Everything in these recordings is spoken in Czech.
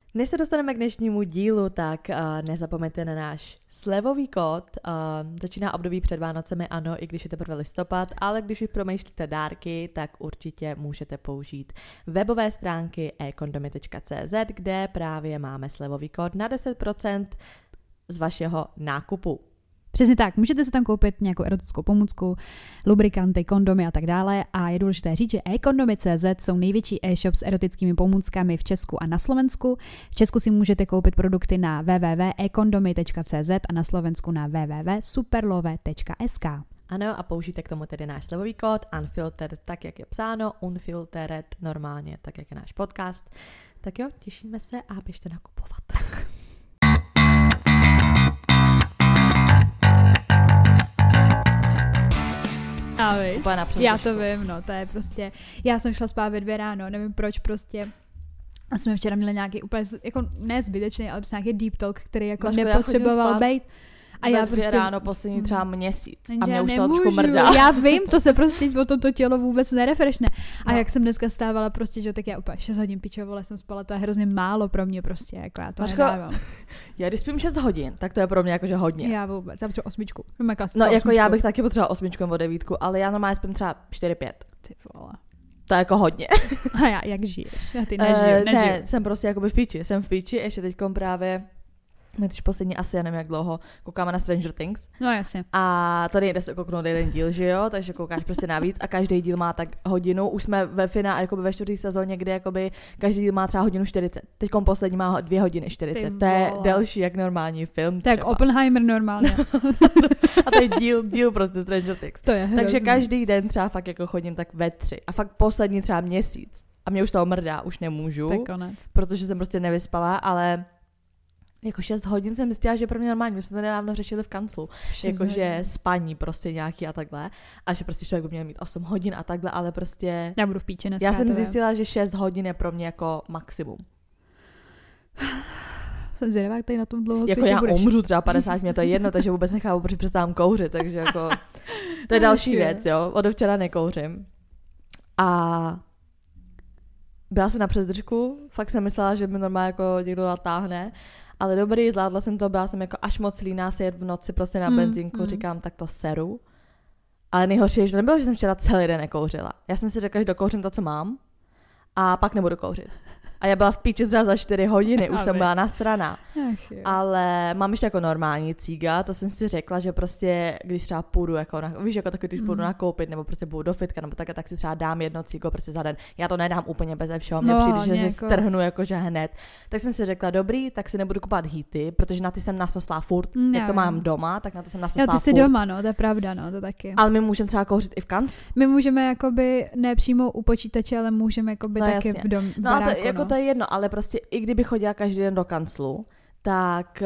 Než se dostaneme k dnešnímu dílu, tak nezapomeňte na náš slevový kód. Začíná období před Vánocemi, ano, i když je teprve listopad, ale když už promýšlíte dárky, tak určitě můžete použít webové stránky ekondomy.cz, kde právě máme slevový kód na 10% z vašeho nákupu. Přesně tak, můžete se tam koupit nějakou erotickou pomůcku, lubrikanty, kondomy a tak dále a je důležité říct, že ekondomy.cz jsou největší e-shop s erotickými pomůckami v Česku a na Slovensku. V Česku si můžete koupit produkty na www.ekondomy.cz a na Slovensku na www.superlove.sk. Ano, a použijte k tomu tedy náš slevový kód Unfiltered, tak jak je psáno, Unfiltered normálně, tak jak je náš podcast. Tak jo, těšíme se a běžte nakupovat. Tak. Já to vím, no, to je prostě, já jsem šla spát ve 2 ráno, nevím proč prostě. A jsme včera měli nějaký úplně, jako ne zbytečný, ale prostě nějaký deep talk, který jako Maško, nepotřeboval být. A já prostě ráno poslední třeba měsíc a mě už to trošku mrdá. Já vím, to se prostě o tomto tělo vůbec nerefreshne. A jak jsem dneska stávala prostě, že tak já úplně 6 hodin pičovole jsem spala, to je hrozně málo pro mě prostě, jako já to Maško, nedávám. Já když spím 6 hodin, tak to je pro mě jakože hodně. Já vůbec, já potřebuji 8. No jako 8. Já bych taky potřebovala 8 nebo 9, ale já normálně spím třeba 4-5. Ty vole. To je jako hodně. A já, jak žiješ? Já ty nežiju. Ne, jsem prostě jakoby v píči. Jsem v píči, ještě teďkom právě my teď poslední asi, já nevím jak dlouho, koukáme na Stranger Things. No jasně. A to nejde se kouknout jeden díl, že jo, takže koukáš prostě navíc a každý díl má tak hodinu. Už jsme ve finále, jakoby ve 4. sezóně, kde jakoby každý díl má třeba 1:40. Teďkom poslední má 2:40. To je delší jak normální film. Tak Oppenheimer normálně. A to je díl prostě Stranger Things. To je hrozný. Takže každý den třeba fakt jako chodím tak ve 3. A fakt poslední třeba měsíc. A mě už toho mrdá, už nemůžu. To je konec. Protože jsem prostě nevyspala, ale jako 6 hodin jsem myslela, že pro mě normální. My jsme to nedávno řešili v kanclu. Jakože spaní prostě nějaký a takhle. A že prostě člověk by měl mít 8 hodin a takhle, ale prostě já budu v píči dneska. Já jsem zjistila, že 6 hodin je pro mě jako maximum. Jsem zvědavá, jak tady na tom dlouho jako já budeš. Umřu třeba 50, mě to je jedno, takže vůbec nechápu, protože přestávám kouřit, takže jako to je další věc, jo. Od včera nekouřím. A byla jsem na přezdržku, fakt jsem myslela, že mi normálně jako někdo natáhne, ale dobrý, zvládla jsem to, byla jsem jako až moc líná se jet v noci prostě na benzínku, říkám, tak to seru. Ale nejhorší je, že to nebylo, že jsem včera celý den nekouřila. Já jsem si řekla, že dokouřím to, co mám a pak nebudu kouřit. A já byla v píči třeba za 4 hodiny, už jsem byla nasraná. Ale mám ještě jako normální cíga, to jsem si řekla, že prostě, když třeba půjdu, jako víš, jako taky, když půjdu nakoupit, nebo prostě půjdu do fitka, nebo tak si třeba dám 1 cígo prostě za den. Já to nedám úplně beze všeho, mně přijde, že si strhnu jakože hned. Tak jsem si řekla, dobrý, tak si nebudu kupovat heaty, protože na ty jsem nasoslá furt, jak to mám doma, tak na to jsem nasoslá furt. Já ty jsi doma, no, to je pravda, no, to taky. Ale my můžeme třeba kouřit i v kanclu. My můžeme jakoby ne přímo u počítače, ale můžeme jakoby taky v domě. No a to, jako to je jedno, ale prostě i kdyby chodila každý den do kanclu, tak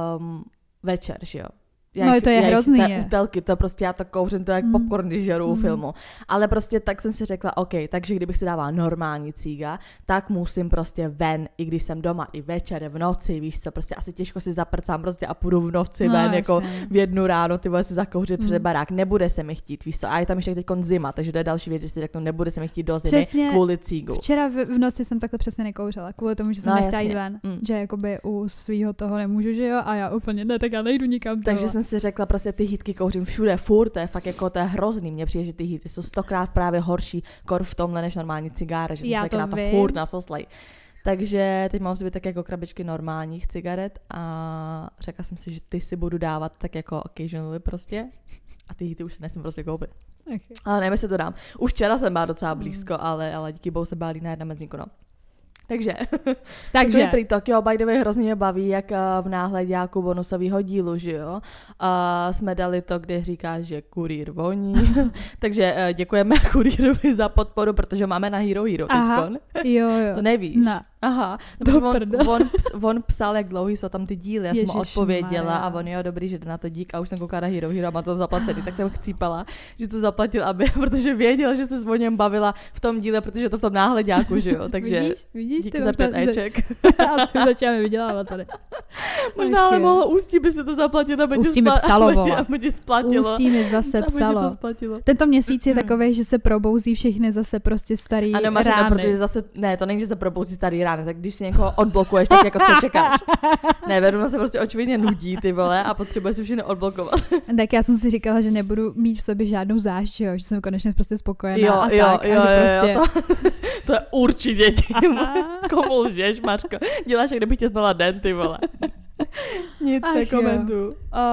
večer, že jo. To je hrozný. Útelky, to prostě já to kouřím, to je jak popcorn, když žeru u filmu. Ale prostě tak jsem si řekla, OK, takže kdybych si dávala normální cíga, tak musím prostě ven, i když jsem doma, i večer, v noci, víš co, prostě asi těžko si zaprcám prostě a půjdu v noci ven, jako v 1 ráno, ty vole si zakouřit před barák, nebude se mi chtít, víš co, a je tam ještě teďkon zima, takže to je další věc, že si řeknu, nebude se mi chtít do zimy kvůli cígu. Včera v noci jsem takhle přesně nekouřila, kvůli tomu, že jsem nechtěla jít ven, že jakoby u svýho toho nemůžu, že jo, a já úplně ne, tak já nejdu nikam. Takže jsem si řekla, prostě ty hítky kouřím všude, furt, to je fakt jako, to je hrozný, mně přijde, že ty híty jsou 100krát právě horší kor v tomhle než normální cigára, že jsem taky na to furt nasoslej. Takže teď mám si tak jako krabičky normálních cigaret a řekla jsem si, že ty si budu dávat tak jako occasionally prostě a ty híty už nesmím prostě koupit. Okay. Ale nevím, jestli to dám. Už včera jsem byla docela blízko, ale díky bohu jsem byla líná jedna benzínku, no. Takže prý Tokyo by the way hrozně mě baví, jak v náhledáku bonusového dílu, že jo. Jsme dali to, kde říká, že kurýr voní. Takže děkujeme kurýrovi za podporu, protože máme na Hero teďkon. Jo. To nevíš? Ne. Aha. On psal, jak dlouhý jsou tam ty díly. Já jsem mu odpověděla a on jo, dobrý, že jde na to dík a už jsem koukala na Hero a má to zaplacený. Tak jsem chcípala, že to zaplatil, protože věděl, že se s o něm bavila v tom díle, protože to v tom náhledáku, že jo. Takže vidíš, díky za 5 éček. Asi začínáme vydělávat tady. Možná ale mohlo Ústí by se to zaplatit, aby Ústí mi psalo, aby ti splatilo. Ústí mi zase psalo. Tento měsíc je takový, že se probouzí všechny zase prostě starý rány. Ano, protože zase, ne, to není, že se probouzí starý rány, tak když si někoho odblokuješ, tak jako co čekáš? Ne, Veruna se prostě očividně nudí, ty vole, a potřebuje si všechno odblokovat. Tak já jsem si říkala, že nebudu mít v sobě žádnou zášť, že jsem konečně prostě spokojená jo, to je určitě tím. Komu lžeš, Mařko? Děláš, jak kdyby tě znala den, ty vole. Nic nekomentuju.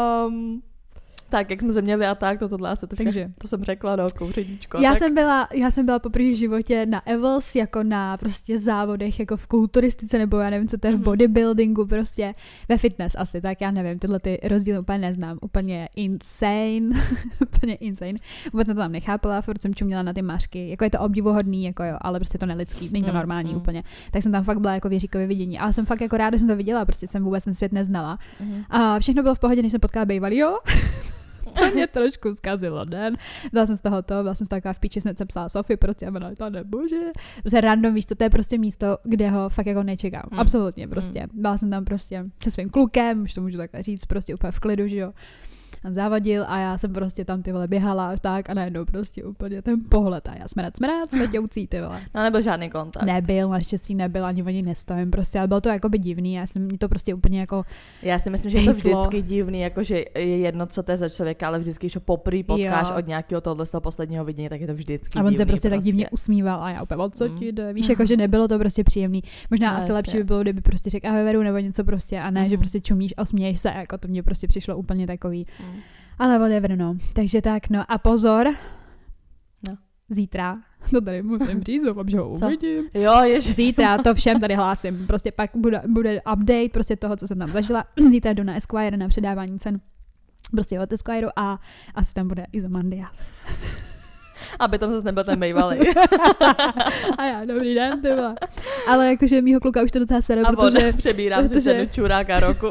Tak, jak jsme se měli a tak, tohle asi to všechno, to jsem řekla, no, kouřeníčko. Já jsem byla poprvé v životě na Evels, jako na prostě závodech, jako v kulturistice, nebo já nevím, co to je v bodybuildingu, prostě ve fitness asi, tak já nevím, tyhle ty rozdíly úplně neznám, úplně insane, úplně insane. Vůbec jsem to tam nechápala, furt jsem čuměla na ty mařky, jako je to obdivuhodný, jako jo, ale prostě to nelidský, není to normální úplně. Tak jsem tam fakt byla jako v Ježíkově vidění, ale jsem fakt jako ráda, že jsem to viděla, prostě jsem vůbec ten svět neznala. A všechno bylo v pohodě, než jsem potkala bývalýho. To mě trošku zkazilo den. Byla jsem z toho taková v píči, jsem psala Sofii, prostě a to nebože. Prostě random, víš, to je prostě místo, kde ho fakt jako nečekám. Absolutně prostě. Byla jsem tam prostě se svým klukem, už to můžu takhle říct, prostě úplně v klidu, že jo. On závodil a já jsem prostě tam ty vole běhala a tak a najednou prostě úplně ten pohled a já smeťoucí ty vole. No nebyl žádný kontakt. Nebyl, naštěstí nebyl, ani o něj nestojím prostě, ale bylo to jakoby divný, já jsem mi to prostě úplně jako já si myslím, že je to vždycky divný, jakože je jedno, co to je za člověka, ale vždycky, když ho poprvé potkáš od nějakého tohohle z toho posledního vidění, tak je to vždycky divný. A on se prostě tak divně usmíval a já úplně, co ti jde, víš, jakože nebylo to prostě příjemný. Možná asi lepší by bylo, kdyby prostě řekl ahoj Veru nebo něco prostě a ne, že prostě čumíš a směješ se, jako to mně prostě přišlo úplně takový. Ale whatever, no. Takže tak, no a pozor. No. Zítra, to tady musím říct, doufám, že ho uvidím. Jo, ježiš. Zítra to všem tady hlásím. Prostě pak bude update prostě toho, co jsem tam zažila. Zítra jdu na Esquire na předávání cen. Prostě od Esquire a asi tam bude Izomandias. Aby tam zase nebyl ten bejvalej. A já, dobrý den, ty vole. Ale jakože mýho kluka už to docela sere, protože přebírám si cenu čuráka roku.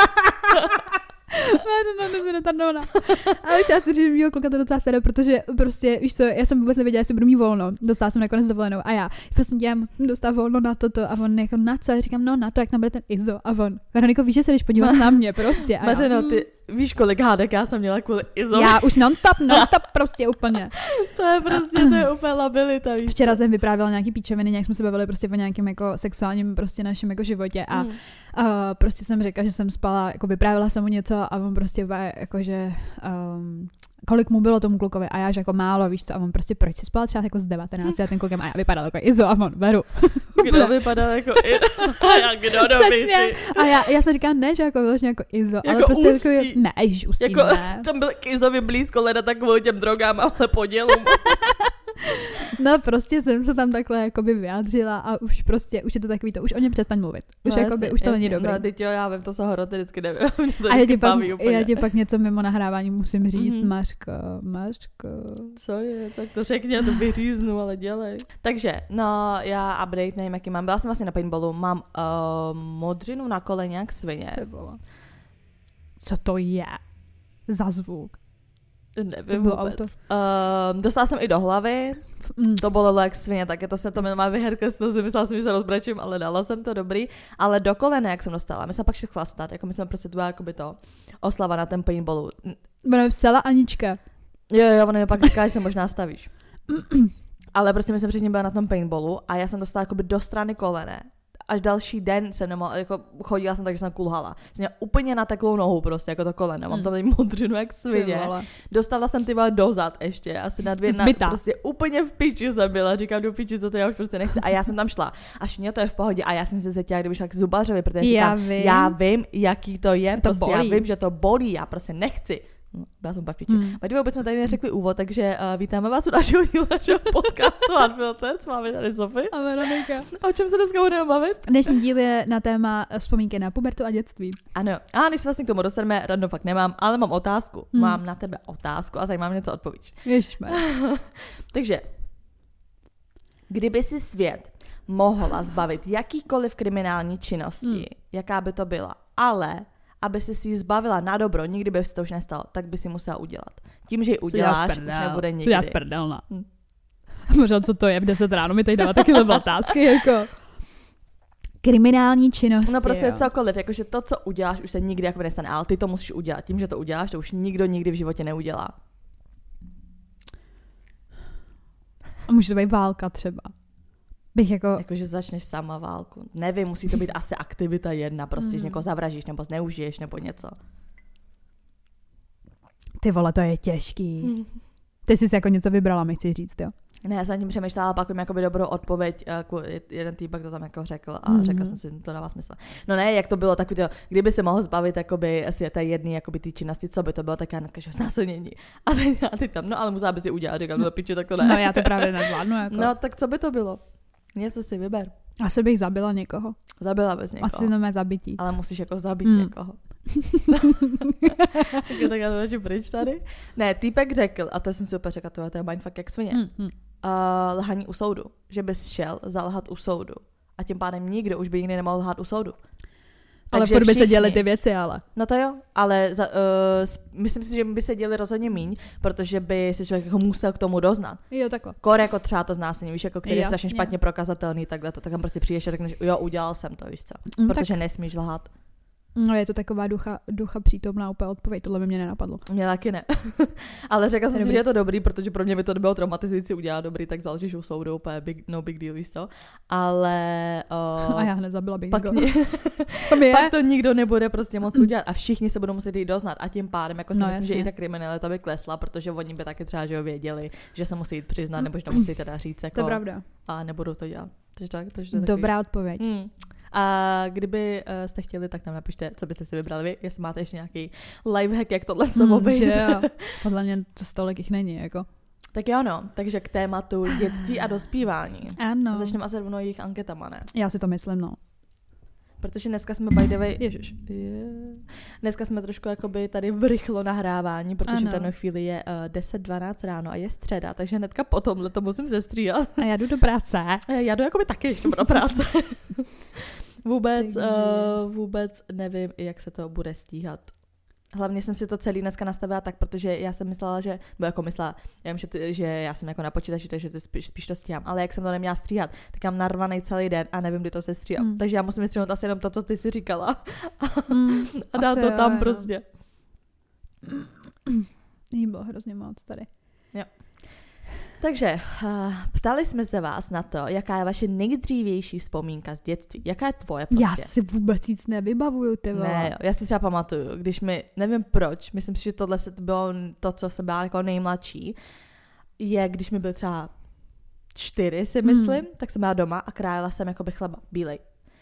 Ale chtěla si říct, že mýho kluka to docela sere, protože prostě, víš co, já jsem vůbec nevěděla, jestli budu mít volno. Dostala jsem nakonec dovolenou a já prostě já musím dostat volno na toto a on jako na co? Já říkám, no na to, jak tam bude ten Izo a on. Veroniko, víš, že se jdeš podívat na mě prostě. Mařeno, ty víš, kolik hádek já jsem měla kvůli Izo? Já už non-stop prostě úplně. To je úplně labilita, víš. Včera jsem vyprávěla nějaký píčoviny, nějak jsme se bavili prostě o nějakém jako sexuálním prostě našem jako životě a prostě jsem řekla, že jsem spala, jako vyprávěla jsem mu něco a on prostě jakože kolik mu bylo tomu klukovi a já že jako málo, víš co, a on prostě proč si spala třeba jako z 19 a ten klukem a já vypadal jako Izo a on Veru. Kdo vypadal jako Izo? A já kdo dobitý. A já jsem říkala ne, že jako vyloženě jako Izo, jako ale prostě Ústí. jako, ne, již Ústí jako, ne. Tam byl k Izovi blízko leda tak kvůli těm drogám, ale podělům. No prostě jsem se tam takhle jakoby vyjádřila a už je to takový to, už o něm přestaň mluvit. Už no, jakoby, už to není dobré. No teď jo, já vím, to se horoty vždycky nevím. A já ti pak něco mimo nahrávání musím říct, Mařko. Co je, tak to řekni, já to vyříznu, ale dělej. Takže, no já update, nevím, jaký mám. Byla jsem vlastně na paintballu, mám modřinu na koleně jak svině. Co to je za zvuk? Nevím vůbec. Dostala jsem i do hlavy, to bolelo jak svině, tak to se to má vyherkle, myslela jsem, že se rozbrečím, ale dala jsem to dobrý, ale do kolene, jak jsem dostala, my jsme pak šli chlastat, jako my jsme prostě to byla jakoby to oslava na ten paintballu. Ona psala Anička. Jo, ona mi pak říká, že se možná stavíš. Ale prostě my jsme předtím byla na tom paintballu a já jsem dostala jakoby do strany kolene. Až další den jsem nemohla, jako chodila jsem tak, že jsem kulhala. Jsem měla úplně nateklou nohu prostě, jako to koleno. Mám tam tady modřinu jak svině. Dostala jsem ty dozad ještě, asi na 2 prostě úplně v piči jsem byla. Říkám, do piči, co to já už prostě nechci. A já jsem tam šla. A všichni to je v pohodě. A já jsem se cítila, kdyby šla k zubařovi, protože říkám, já vím, jaký to je. Prostě já vím, že to bolí, já prostě nechci. Byla jsem pak v piči. A vůbec jsme tady neřekli úvod, takže vítáme vás u dalšího dílu našeho podcastu Unfiltered. Máme tady Sofie. A Veronika. O čem se dneska budeme bavit? Dnešní díl je na téma vzpomínky na pubertu a dětství. Ano. A než se vlastně k tomu dostaneme, random fakt nemám, ale mám otázku. Mám na tebe otázku a zajímá mě, co odpovíš. Ježišmarja. Takže, kdyby si svět mohla zbavit jakýkoliv kriminální činnosti, jaká by to byla, ale aby si ji zbavila na dobro, nikdy by se to už nestalo, tak by si musela udělat. Tím, že ji uděláš, už nebude nikdy. Co já prdelna. Možná, co to je v 10 ráno, mi tady dává taky otázky, jako. kriminální činnosti. No prostě jo. cokoliv, jakože to, co uděláš, už se nikdy jako nestane, ale ty to musíš udělat. Tím, že to uděláš, to už nikdo nikdy v životě neudělá. A může to být válka třeba. Bych Jakože začneš sama válku. Nevím, musí to být asi aktivita jedna, prostě, že někoho zavražíš, nebo zneužiješ, nebo něco. Ty vole, to je těžký. Ty jsi si jako něco vybrala, mi chci říct, jo. Ne, já jsem tím přemýšlela, ale pak jim jakoby dobrou odpověď, jako jeden týpek to tam jako řekl a řekla jsem si, to dává smysl. No ne, jak to bylo takový to, kdyby se mohl zbavit jakoby té jedné jakoby ty činnosti, co by to bylo, tak já hnedka, že znásilnění. A ty tam, no ale musela by si udělat, říkám, no piči, tak to ne. No já to právě nezvládnu, jako. No tak co by to bylo? Něco si vyber. Asi bych zabila někoho. Zabila bys někoho. Asi mé zabití. Ale musíš jako zabít někoho. Tak já to radši pryč tady. Ne, týpek řekl, a to jsem si úplně řekla, to je mindfuck jak svině. Lhaní u soudu. Že bys šel zalhat u soudu. A tím pádem nikdo už by nikdy nemohl lhát u soudu. Ale furt by se děly ty věci, ale. No to jo, ale myslím si, že by se děli rozhodně míň, protože by si člověk jako musel k tomu doznat. Jo, takhle. Kor jako třeba to znásilnění, víš, jako který je strašně Jasně. špatně prokazatelný, takhle to, tak tam prostě přijdeš a řekneš, jo, udělal jsem to, víš co. Protože nesmíš lhát. No je to taková ducha přítomná úplně odpověď, tohle by mě nenapadlo. Mě taky ne. Ale řekla jsem si, že je to dobrý, protože pro mě by to nebylo traumatizující udělat dobrý, tak založíš u soudu, úplně no big deal, víš co. Ale... a já hned zabila bych pak, pak to nikdo nebude prostě moc udělat a všichni se budou muset jít doznat a tím pádem jako si myslím, že i ta kriminalita by klesla, protože oni by taky třeba, že ho věděli, že se musí jít přiznat, nebo že to musí teda říct jako... To je pravda. A nebudou to dělat. Takže dobrá odpověď. A kdyby jste chtěli, tak nám napište, co byste si vybrali vy, jestli máte ještě nějaký lifehack, jak tohle se obejít. Podle mě to stolik jich není, jako. Tak jo, no. Takže k tématu dětství a dospívání. Ano. Začneme asi rovnou jejich anketama, ne? Já si to myslím, no. Protože dneska jsme by the way... Ježiš. Dneska jsme trošku jakoby tady v rychlo nahrávání, protože ano. v této chvíli je 10:12 ráno a je středa, takže hnedka po tomhle to musím sestříhat. A já jdu do práce. Já jdu jakoby taky ještě do práce. Vůbec nevím, jak se to bude stíhat. Hlavně jsem si to celý dneska nastavila tak, protože já jsem myslela, že, já vím, že já jsem jako na počítači, takže to spíš to stíhám, ale jak jsem to neměla stříhat, tak mám narvaný celý den a nevím, kdy to se stříhá. Takže já musím stříhnout asi jenom to, co ty si říkala. A dát to tam prostě. Jí bylo hrozně moc tady. Jo. Takže ptali jsme se vás na to, jaká je vaše nejdřívější vzpomínka z dětství. Jaká je tvoje prostě? Já si vůbec nic nevybavuju, ty vole. Ne, jo, já si třeba pamatuju, když nevím proč, myslím si, že tohle bylo to, co jsem byla jako nejmladší, je, když mi byl třeba 4, si myslím, tak jsem byla doma a krájela jsem jakoby chleba bílej.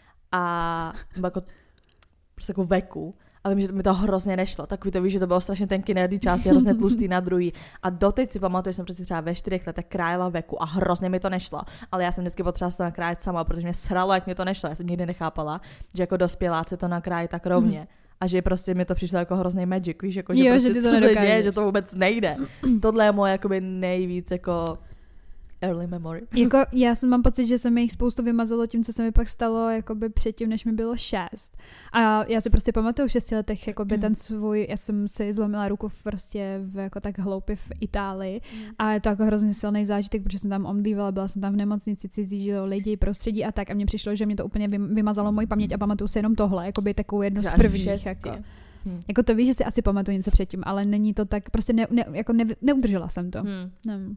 A jako, prostě jako veku. A vím, že mi to hrozně nešlo. Takový to víš, že to bylo strašně tenký na jedné části, hrozně tlustý na druhý. A doteď si pamatuju, že jsem prostě třeba ve 4 letech krájela veku a hrozně mi to nešlo. Ale já jsem vždycky potřebovala to nakrájet sama, protože mě sralo, jak mi to nešlo. Já jsem nikdy nechápala, že jako dospěláci to nakrájí tak rovně. A že prostě mi to přišlo jako hrozný magic, víš, jako že, prostě, že co se děje, že to vůbec nejde. Tohle je moje jakoby nejvíc jako early memory. Jako, já mám pocit, že se mi jich spoustu vymazalo tím, co se mi pak stalo jakoby předtím, než mi bylo 6. A já si prostě pamatuju v 6 letech jakoby ten svůj, já jsem si zlomila ruku prostě jako tak hloupě v Itálii a je to jako hrozně silný zážitek, protože jsem tam omdlívala, byla jsem tam v nemocnici, cizí, že lidi, prostředí a tak a mně přišlo, že mě to úplně vymazalo moji paměť a pamatuju si jenom tohle, jakoby takovou jednu z prvních. Jako to víš, že si asi pamatuju něco předtím, ale není to tak, prostě neudržela jsem to. Nevím.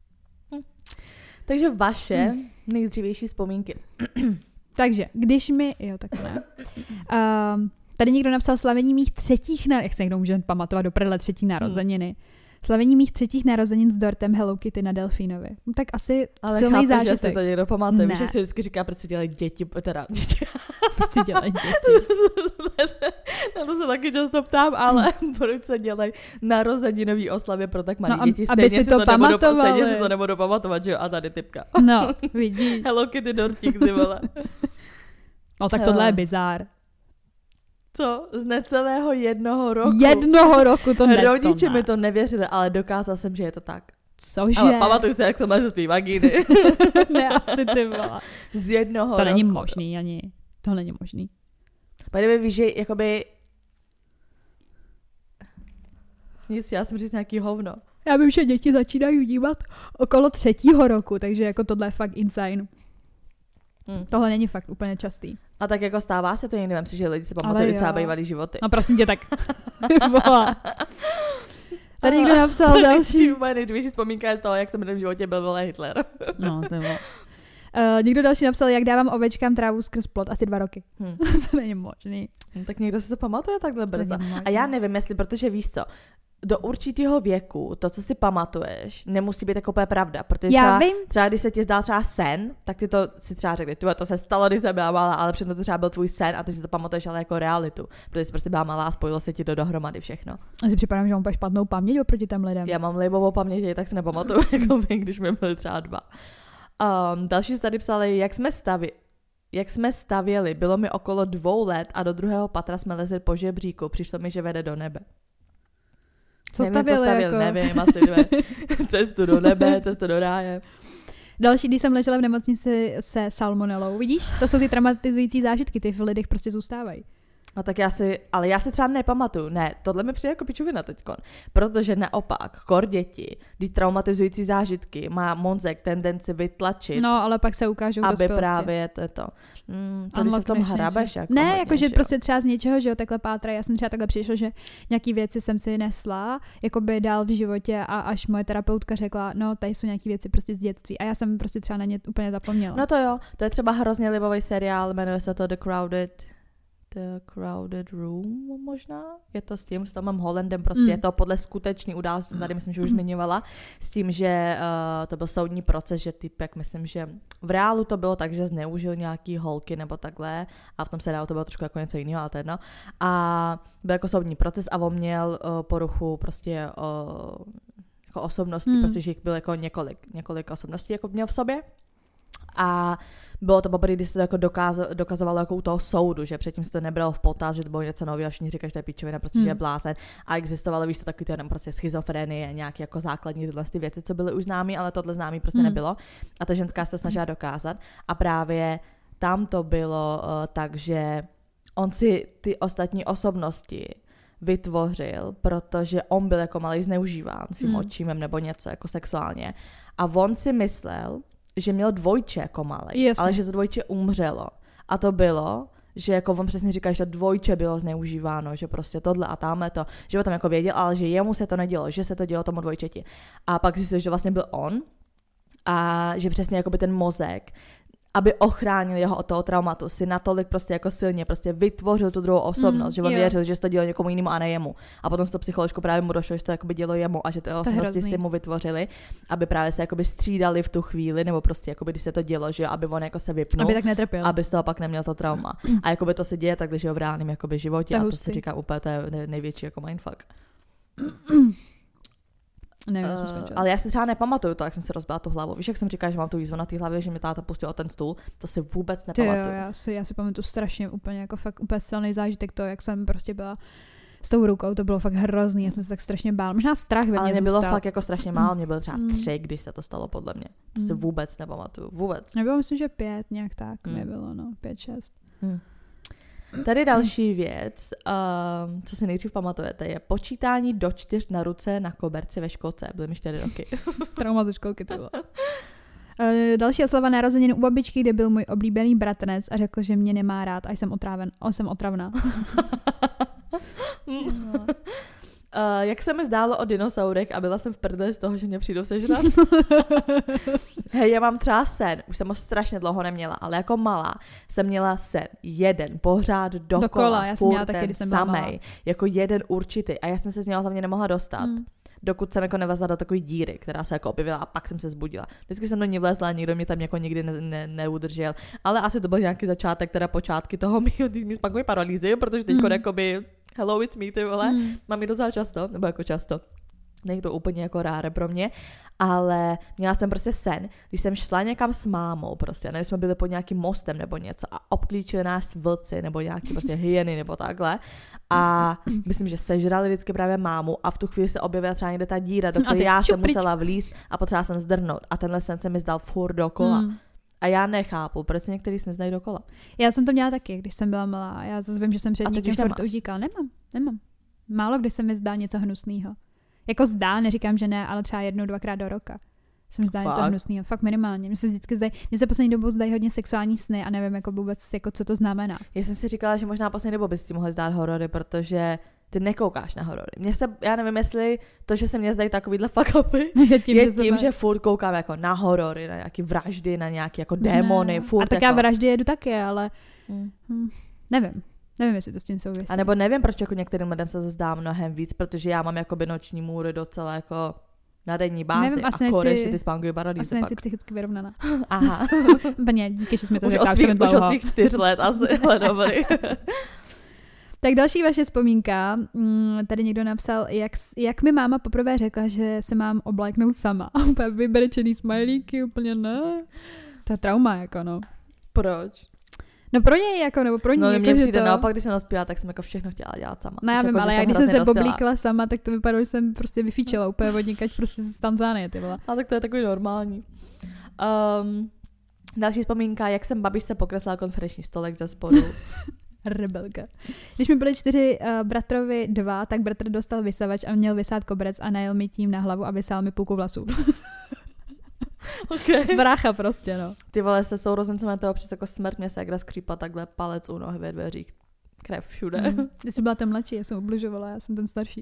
Takže vaše nejdřívější vzpomínky. Takže, když mi... Jo, tak ne. Tady někdo napsal slavení mých třetích jak se někdo může pamatovat do prdele třetí narozeniny. Slavení mých třetích narozenin s dortem Hello Kitty na Delfínovi. Tak asi ale silný zážitek. Ale že si to někdo pamatuje. Víš, jak se vždycky říká, proč si dělají děti. Proč si dělají děti? Na to se taky často ptám, ale proč se dělají narozeninový oslavě pro tak malé děti. Aby si to pamatovali. Stejně si to nebudu pamatovat, že jo? A tady typka. No, vidíš. Hello Kitty dortík, ty vole. No tak tohle je bizár. Co? Z necelého 1 roku. 1 roku to ne. Rodiče mi to nevěřili, ale dokázal jsem, že je to tak. Cože? Ale pamatuju se, jak jsem lezl z tvý vagíny. Ne, asi ty vole. Z 1 roku. To není možný ani. To není možný. Pojďme, víš, že jakoby... Nic, já jsem říct nějaký hovno. Já vím, že děti začínají dívat okolo 3. roku, takže jako tohle je fakt insane. Tohle není fakt úplně častý. A tak jako stává se to někdy, vem si, že lidi se pamatují třeba bývalý životy. No prosím tě, tak. Tady někdo napsal další. Moje nejdřívější vzpomínka je to, jak jsem v mém životě byl Hitler. No, to bylo. Někdo další napsal, jak dávám ovečkám trávu skrz plot, asi 2 roky. To není možný. Tak někdo si to pamatuje takhle brzo. A já nevím, jestli, protože víš co, do určitého věku, to, co si pamatuješ, nemusí být jako pravda, protože třeba když se ti zdál třeba sen, tak ty to si třeba řekli, to se stalo, když jsem byla malá, ale předtím to třeba byl tvůj sen a ty si to pamatuješ ale jako realitu, protože jsi prostě byla malá a spojilo se ti to dohromady všechno. A si připadám, že mám úplně špatnou paměť oproti těm lidem. Já mám libovou paměť, tak si nepamatuju, jako když mi byly třeba 2. Další se tady psali, jak jsme stavěli, bylo mi okolo 2 let a do 2. patra jsme lezli po žebříku, přišlo mi, že vede do nebe. Co stavěli? Jako... Nevím, asi 2. Cestu do nebe, cestu do ráje. Další, když jsem ležela v nemocnici se salmonelou, vidíš? To jsou ty traumatizující zážitky, ty v lidech prostě zůstávají. No tak já si třeba nepamatuju. Ne, tohle mi přijde jako pičovina teďkon. Protože naopak, děti, když traumatizující zážitky má mozek tendenci vytlačit. No, ale pak se ukážou aby právě to když se v tom hrabeš. Jako ne, jakože prostě třeba z něčeho, že jo, takhle pátra. Já jsem třeba takhle přišla, že nějaký věci jsem si nesla, jakoby dál v životě a až moje terapeutka řekla, no, tady jsou nějaký věci prostě z dětství. A já jsem prostě třeba na ně úplně zapomněla. No to jo, to je třeba hrozně libový seriál, jmenuje se to The Crowded Room možná, je to s Tomem Hollandem, prostě je to podle skutečný události, tady myslím, že už zmiňovala, s tím, že to byl soudní proces, že typek, myslím, že v reálu to bylo tak, že zneužil nějaký holky nebo takhle a v tom seriálu to bylo trošku jako něco jiného, ale to jedno. A byl jako soudní proces a on měl poruchu prostě jako osobností, prostě, že jich bylo jako několik osobností jako měl v sobě. A bylo to poprvé, když se to jako dokazovalo jako u toho soudu, že předtím se to nebralo v potaz, že to bylo něco nového a všichni říkají, že to je píčovina, prostě, že je blázen. A existovalo, víš, to takový to jenom prostě schizofrenie, nějaké jako základní tyhle ty věci, co byly už známý, ale tohle známý prostě nebylo. A ta ženská se to snažila dokázat. A právě tam to bylo tak, že on si ty ostatní osobnosti vytvořil, protože on byl jako malý zneužíván svým očímem nebo něco jako sexuálně. A on si myslel, že měl dvojče jako malej, ale že to dvojče umřelo. A to bylo, že jako on přesně říká, že to dvojče bylo zneužíváno, že prostě tohle a tamhle to, že o tom jako věděl, ale že jemu se to nedělo, že se to dělo tomu dvojčeti. A pak zjistil, že vlastně byl on a že přesně jakoby ten mozek, aby ochránil jeho od toho traumatu, si natolik prostě jako silně prostě vytvořil tu druhou osobnost, že on věřil, že se to dělo někomu jinému a ne jemu. A potom z toho psycholožku právě mu došlo, že to jakoby dělo jemu a že ty osobnosti si mu vytvořili, aby právě se jakoby střídali v tu chvíli, nebo prostě jakoby když se to dělo, že aby on jako se vypnul, aby tak netrpěl, aby z toho pak neměl to trauma. A jakoby to se děje takhle, že v reálném jakoby životě a to si říkám úplně, to je největší jako mindfuck. Nevím, ale já si třeba nepamatuju to, jak jsem si rozbila tu hlavu. Víš, jak jsem říkala, že mám tu jízvu na té hlavě, že mi táta pustil o ten stůl, to si vůbec nepamatuju. Já si pamatuju strašně úplně jako fakt úplně silný zážitek to, jak jsem prostě byla s tou rukou, to bylo fakt hrozný, já jsem se tak strašně bála. Možná strach ve mně ale mě bylo fakt jako strašně málo, mě bylo třeba 3, když se to stalo podle mě. To si vůbec nepamatuju, vůbec. Nebylo, myslím, že 5 nějak tak, nebylo, 5-6. Tady další věc, co si nejdřív pamatujete, je počítání do 4 na ruce na koberci ve školce. Byly mi 4 roky. Trauma ze školky to bylo. Další oslava narozenin u babičky, kde byl můj oblíbený bratranec a řekl, že mě nemá rád a jsem otravná. No. Jak se mi zdálo o dinosaurech a byla jsem v prdeli z toho, že mě přijdou sežrat. Hej, já mám třeba sen, už jsem ho strašně dlouho neměla, ale jako malá jsem měla sen jeden, pořád dokola já jsem měla taky, když jsem samej, jako jeden určitý a já jsem se z něho hlavně nemohla dostat. Dokud jsem jako nevlezla do takové díry, která se jako objevila a pak jsem se zbudila. Vždycky jsem do ní vlezla a nikdo mě tam jako nikdy neudržel. Ale asi to byl nějaký začátek, teda počátky toho mý spánkové paralýzy, protože teď jakoby hello it's me, ty vole, mám ji docela často, nebo jako často. Není to úplně jako ráre pro mě, ale měla jsem prostě sen, když jsem šla někam s mámou prostě, nevím, jsme byli pod nějakým mostem nebo něco a obklíčili nás vlci nebo nějaký prostě hyeny nebo takhle a myslím, že sežrali vždycky právě mámu a v tu chvíli se objevila třeba někde ta díra, do které já jsem musela vlízt a potřeba jsem zdrhnout a tenhle sen se mi zdal furt dokola. A já nechápu, proč se některý sny zdají dokola. Já jsem to měla taky, když jsem byla malá. Já zase vím, že jsem před někým furt utíkala. Nemám. Málo kdy se mi zdá něco hnusného. Jako zdá, neříkám, že ne, ale třeba 1-2krát do roka. Se mi zdá něco hnusného, fakt minimálně. Mně se poslední dobou zdají hodně sexuální sny a nevím jako vůbec, jako, co to znamená. Já jsem si říkala, že možná poslední dobou bys ti mohly zdát horory, protože ty nekoukáš na horory. Já nevím, jestli to, že se mě zdají takovýhle fuck upy, je tím, že furt koukám jako na horory, na nějaký vraždy, na nějaký jako démony, furt. A tak jako... já vraždy jedu taky, ale nevím. Nevím, jestli to s tím souvisí. A nebo nevím, proč jako některým lidem se to zdá mnohem víc, protože já mám jakoby noční můry docela jako na denní bázi nevím, a kore ještě ty spánkují paradýzy. Asi nejsi psychicky vyrovnaná. Aha. Paně, díky, že jsi mi to už řekla. Už od svých 4 let asi, ale dobrý. Tak další vaše vzpomínka. Tady někdo napsal, jak mi máma poprvé řekla, že se mám obléknout sama. A úplně vybrečený smajlíky, úplně ne. To je trauma, jako no. Proč? No pro něj jako, nebo pro ní. No jako, mně přijde to... naopak, když jsem naspěla, tak jsem jako všechno chtěla dělat sama. No já vím, jako, ale já když jsem se oblíkla sama, tak to vypadalo, že jsem prostě vyfíčela úplně vodníkač prostě z Tanzánie, ty vole. A tak to je takový normální. Další vzpomínka, jak jsem babičce pokreslila konferenční stolek ze spodu. Rebelka. Když mi byli 4 bratrovi 2, tak bratr dostal vysavač a měl vysát koberec a najel mi tím na hlavu a vysál mi půlku vlasů. Okay. Brácha prostě, no. Ty vole, se sourozencem toho přes jako smrt mě se skřípa takhle palec u nohy ve dveřích. Krev všude. Ty jsi byla ten mladší, já jsem ubližovala, já jsem ten starší.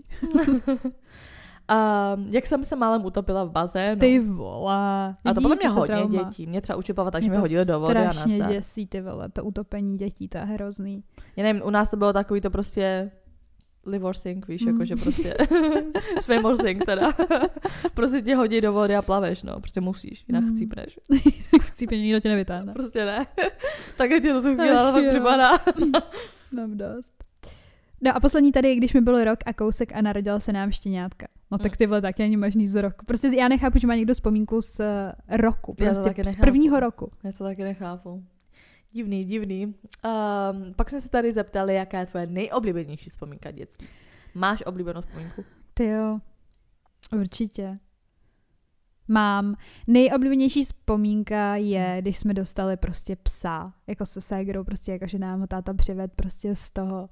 Jak jsem se málem utopila v bazénu. Ty vole. A to podle mě hodně dětí. Mě třeba učit plavat, takže mě hodili do vody a nazdar. Strašně děsí, ty vole, to utopení dětí, to je hrozný. Já nevím, u nás to bylo takový to prostě live or sink, víš, jakože prostě swim or sink teda. Prostě tě hodí do vody a plaveš, no, prostě musíš, jinak chcípneš. Chcípeš, nikdo tě nevytáhne. Prostě ne. Tak tě to tu chvíli, ale fakt připadá. Mám dost. No a poslední tady, když mi byl rok a kousek a narodila se nám štěňátka. No tak tyhle taky není možný z roku. Prostě já nechápu, že má někdo vzpomínku z roku. Prostě z prvního roku. Já to taky nechápu. Divný. Pak jsme se tady zeptali, jaká je tvoje nejoblíbenější vzpomínka dětství. Máš oblíbenou vzpomínku? Ty jo, určitě. Mám. Nejoblíbenější vzpomínka je, když jsme dostali prostě psa, jako se ségrou, prostě jako, že nám ho táta přived prostě z toho,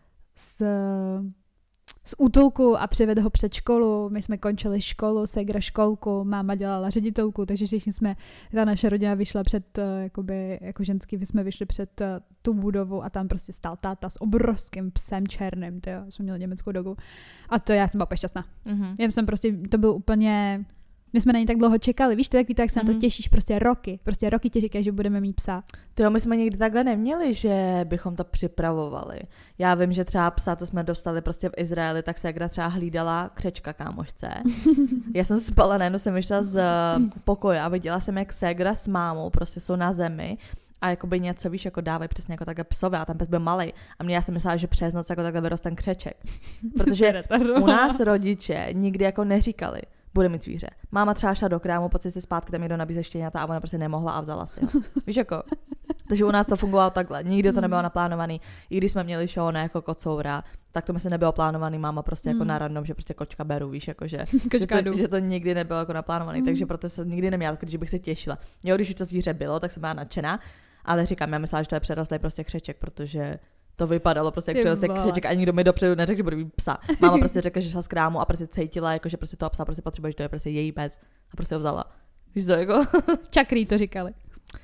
z útulku a přived ho před školu. My jsme končili školu, ségra školku, máma dělala ředitelku, takže všichni jsme, ta naše rodina vyšla před, jakoby, jako ženský, jsme vyšli před tu budovu a tam prostě stál táta s obrovským psem černým, tyjo, jsme měli německou dogu. A to já jsem byla úplně šťastná. Mm-hmm. Já jsem prostě, to byl úplně... My jsme na ní tak dlouho čekali, víš, to takový to, jak se na to těšíš, prostě roky ti říkají, že budeme mít psa. Tyjo, my jsme nikdy takhle neměli, že bychom to připravovali. Já vím, že třeba psa, to jsme dostali prostě v Izraeli, tak ségra třeba hlídala křečka kámošce. Já jsem spala, najednou jsem vyšla z pokoje a viděla jsem, jak ségra s mámou prostě jsou na zemi a jakoby něco, víš, jako dávají přesně jako takhle psové a ten pes byl malej. A já jsem myslela, že přes noc jako takhle vyrost ten křeček. Protože u nás rodiče nikdy jako neříkali, bude mít zvíře. Máma třeba šla do krámu, po cestě zpátky tam někdo nabízel štěňata a ona prostě nemohla a vzala si ho. Víš jako? Takže u nás to fungovalo takhle. Nikdy to nebylo naplánovaný. I když jsme měli show jako kocoura, tak to myslím nebylo plánovaný. Máma prostě jako na random, že prostě kočka beru, víš, jako že to nikdy nebylo jako naplánovaný. Takže proto se nikdy neměla, když bych se těšila. Jo, když už to zvíře bylo, tak jsem byla nadšená, ale říkám, já myslela, že to je přerostlý prostě křeček, protože to vypadalo prostě jak přerostlý křeček a nikdo mi dopředu neřekl, že bude mít psa. Máma prostě řekla, že šla z krámu a prostě cítila, jako že prostě toho psa prostě potřebuje, že to je prostě její pes a prostě ho vzala. Víš to jako? Čakrý to říkali.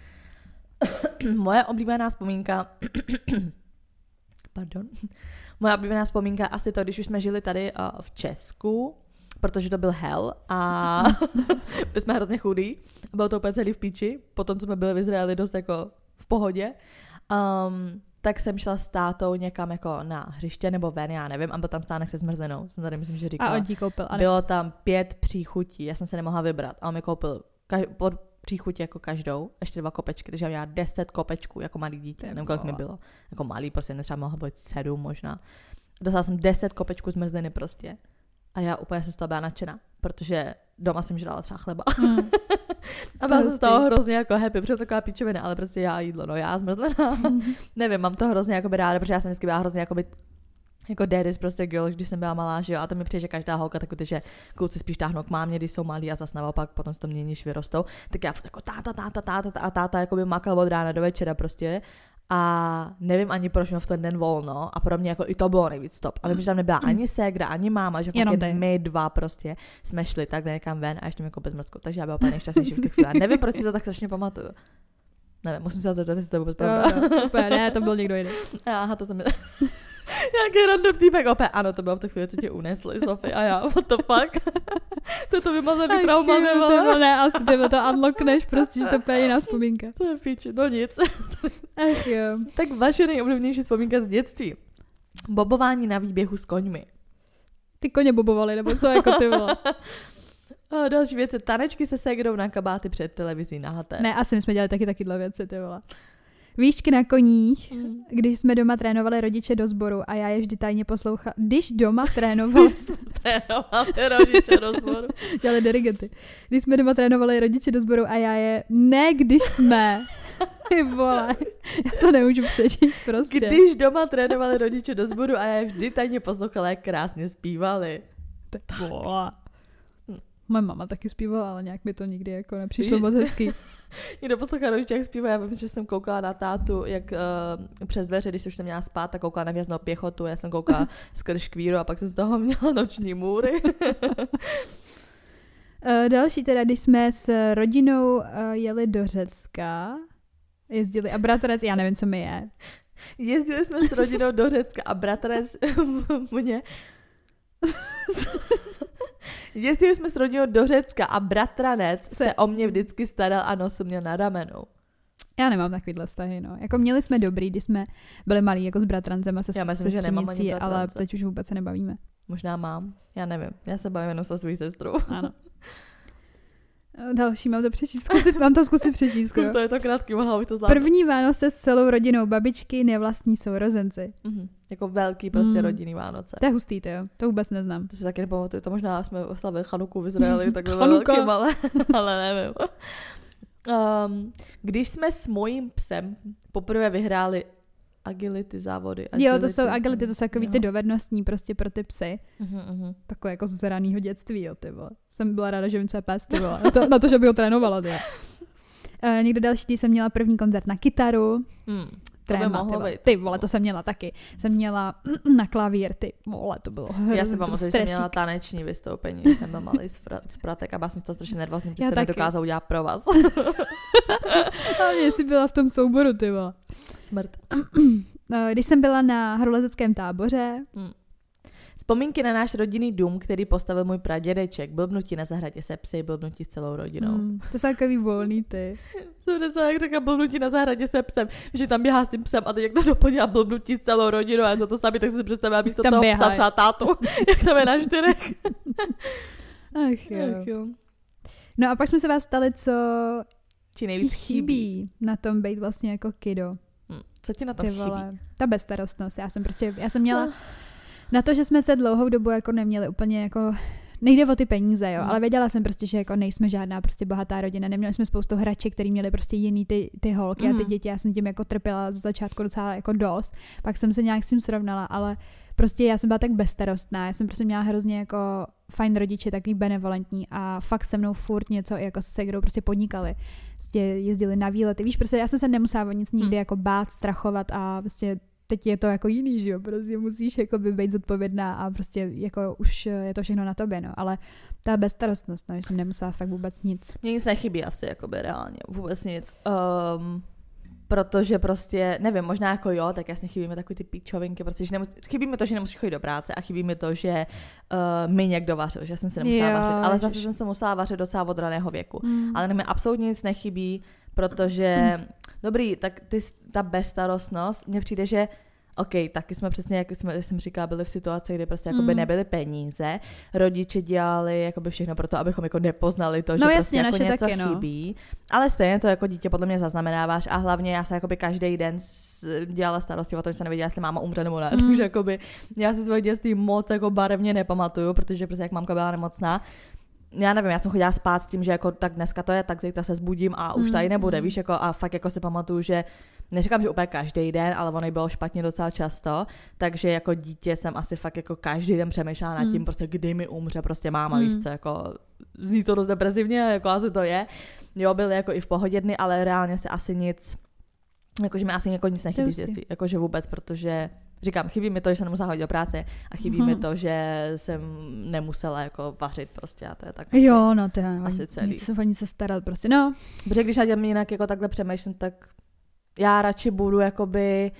Moje oblíbená vzpomínka Moje oblíbená vzpomínka asi to, když už jsme žili tady v Česku, protože to byl hell a my jsme hrozně chudí. Bylo to úplně celý v píči, potom co jsme byli v Izraeli dost jako v pohodě. Tak jsem šla s tátou někam jako na hřiště nebo ven, já nevím, a byl tam stánek se zmrzlinou, jsem tady myslím, že říkala. A on ti koupil. Ale... Bylo tam 5 příchutí, já jsem se nemohla vybrat a on mi koupil pod příchutí jako každou, ještě 2 kopečky, takže já měla 10 kopečků jako malý dítě, nevím, kolik mi bylo, jako malý, prostě třeba mohla být 7 možná. Dostala jsem 10 kopečků zmrzliny prostě a já úplně jsem z toho byla nadšená, protože doma jsem žrala třeba chleba. A byla jsem z toho hrozně jako happy, protože to taková píčovina, ale prostě já jídlo, no já zmrzlená. Nevím, mám to hrozně jako ráda, protože já jsem vždycky byla hrozně jako daddy's prostě girl, když jsem byla malá, že jo, a to mi přijde, že každá holka takový, že kluci spíš táhnou k mámě, když jsou malí a zas naopak potom se to mění, když vyrostou, tak já furt jako táta a táta jako by makal od rána do večera prostě A nevím ani, proč měl v ten den volno a pro mě jako i to bylo nejvíc top. Ale že tam nebyla ani ségra, ani máma, že my dva prostě jsme šli takhle někam ven a ještě mi bez mrzku. Takže já byla úplně nejšťastnější v těch chvíli. Nevím, proč si to tak strašně pamatuju. Nevím, musím se zeptat, jestli to je vůbec pravda. Ne, to byl někdo jiný. Aha, to jsem nějaký random týpek, opět, ano, to bylo v té chvíli, co tě unesli, Sofie, a já, what the fuck? To vymazaný trauma, ne, asi ty to unlockneš, prostě, že to je jiná vzpomínka. To je píči, no nic. Ach jo. Tak vaše nejoblíbenější vzpomínka z dětství. Bobování na výběhu s koňmi. Ty koně bobovaly, nebo co jako ty vole? Další věci, tanečky se ségrou na kabáty před televizí nahaté. Ne, asi my jsme dělali takyhle věci, ty vole. Výšky na koních, když jsme doma trénovali rodiče do sboru a já je vždy tajně poslouchala. Když doma trénovali rodiče do sboru. Dělali dirigenty. Když jsme doma trénovali rodiče do sboru a já je... Ne, když jsme... Ty vole, já to nemůžu přečíst prostě. Když doma trénovali rodiče do sboru a já je vždy tajně poslouchala, jak krásně zpívali. Tak vole. Moje mama taky zpívala, ale nějak mi to nikdy jako nepřišlo moc hezký. Někdo poslouchá rodiče, jak zpívá, já vím, že jsem koukala na tátu, jak přes dveře, když už neměla spát, tak koukala na Věznou pěchotu, já jsem koukala skrz kvíru a pak jsem z toho měla noční můry. Další teda, když jsme s rodinou jeli do Řecka, jezdili a bratranec, já nevím, co mi je. Jezdili jsme s rodinou do Řecka a bratranec mě... Jezdili jsme s rodinou do Řecka a bratranec se o mě vždycky staral a nosil mě na ramenu. Já nemám takovýhle vztahy, no. Jako měli jsme dobrý, když jsme byli malí jako s bratrancem a se sestřenicí, ale teď už vůbec se nebavíme. Možná mám, já nevím. Já se bavím jenom se svou sestrou. Ano. Další, mám to zkusit přečíst. Zkus to, je to krátký, mohla bych to zvládnout. První Vánoce s celou rodinou babičky, nevlastní sourozenci. Jako velký prostě rodinný Vánoce. To je hustý, to jo. To vůbec neznám. To si taky nepamatuju. To možná jsme oslavili Chanuku v Izraeli, tak bylo velkým, ale nevím. Když jsme s mojím psem poprvé vyhráli agility závody. Jo, to jsou agility, to jsou takový ty dovednostní prostě pro ty psy. Takhle jako z ranýho dětství, jo, ty vole. Jsem byla ráda, že vím, co je pes, ty vole. Na to, že by ho trénovala, ty. Někdo další, když jsem měla první koncert na kytaru. Ty vole, to jsem měla taky. Jsem měla na klavír, ty vole, to bylo hrozný. Já si pamatuju, že jsem měla taneční vystoupení, jsem byl malý z pratek a byla jsem z toho strašně nervózní, protože jsem nedokázala udělat pro vás. A mě jsi byla v tom souboru, ty vole. Smrt. Když jsem byla na horolezeckém táboře. Vzpomínky na náš rodinný dům, který postavil můj pradědeček, blbnutí na zahradě se psy, blbnutí s celou rodinou. To jsou takový volný, ty. Jsem přesně jak řekla blbnutí na zahradě se psem, že tam běhá s tím psem a teď jak to doplnila blbnutí s celou rodinou a to sami, tak si představila místo toho psa třeba tátu, jak tam je na 4. Ach jo. No a pak jsme se vás ptali, co ti nejvíc chybí na tom být vlastně jako kiddo. Co ti na tom chybí? Ta bezstarostnost. Já jsem měla na to, že jsme se dlouhou dobu jako neměli úplně jako, nejde o ty peníze, jo, ale věděla jsem prostě, že jako nejsme žádná prostě bohatá rodina, neměli jsme spoustu hraček, který měli prostě jiný ty holky a ty děti, já jsem tím jako trpěla z začátku docela jako dost, pak jsem se nějak s tím srovnala, ale prostě já jsem byla tak bezstarostná, já jsem prostě měla hrozně jako fajn rodiče, takový benevolentní a fakt se mnou furt něco jako se kterou prostě podnikali. Prostě jezdili na výlety, víš, prostě já jsem se nemusela o nic nikdy jako bát, strachovat a prostě teď je to jako jiný, že jo, prostě musíš jako být zodpovědná a prostě jako už je to všechno na tobě, no, ale ta bezstarostnost, no, že jsem nemusela fakt vůbec nic. Mně nic nechybí asi, jakoby reálně, vůbec nic. Protože prostě, nevím, možná jako jo, tak jasně chybí mi takový ty píčovinky, protože chybí mi to, že nemusíš chodit do práce a chybí mi to, že mi někdo vařil, že jsem se nemusela vařit, ale zase jsem se musela vařit docela od raného věku. Ale mi absolutně nic nechybí, protože, dobrý, tak ta bezstarostnost, mně přijde, že OK, taky jsme přesně, jak jsem říkala, byli v situaci, kdy prostě jakoby nebyly peníze, rodiče dělali jakoby všechno pro to, abychom jako nepoznali to, že no, prostě jasně, jako něco taky, chybí, ale stejně to jako dítě podle mě zaznamenáváš a hlavně já se jakoby každý den dělala starosti o tom, že se nevěděla, jestli máma umře nebo ne, takže jakoby já si svoje dětství moc jako barevně nepamatuju, protože prostě jak mamka byla nemocná, já nevím, já jsem chodila spát s tím, že jako tak dneska to je, tak zítra se zbudím a už tady nebude, víš, jako a fakt jako si pamatuju, že neříkám, že úplně každý den, ale ono bylo špatně docela často, takže jako dítě jsem asi fakt jako každý den přemýšlela nad tím, prostě kdy mi umře prostě máma, víš co, jako zní to dost depresivně, jako asi to je. Jo, byly jako i v pohodě dny, ale reálně se asi nic Jakože mi asi jako nic nechybí z dětství. Jakože vůbec, protože říkám, chybí mi to, že jsem nemusela chodit do práce a chybí mi to, že jsem nemusela jako vařit prostě a to je tak jo, no to je asi celý. Nic se starat prostě, no. Protože když nad tím jinak jako takhle přemýšlím, tak já radši budu jakoby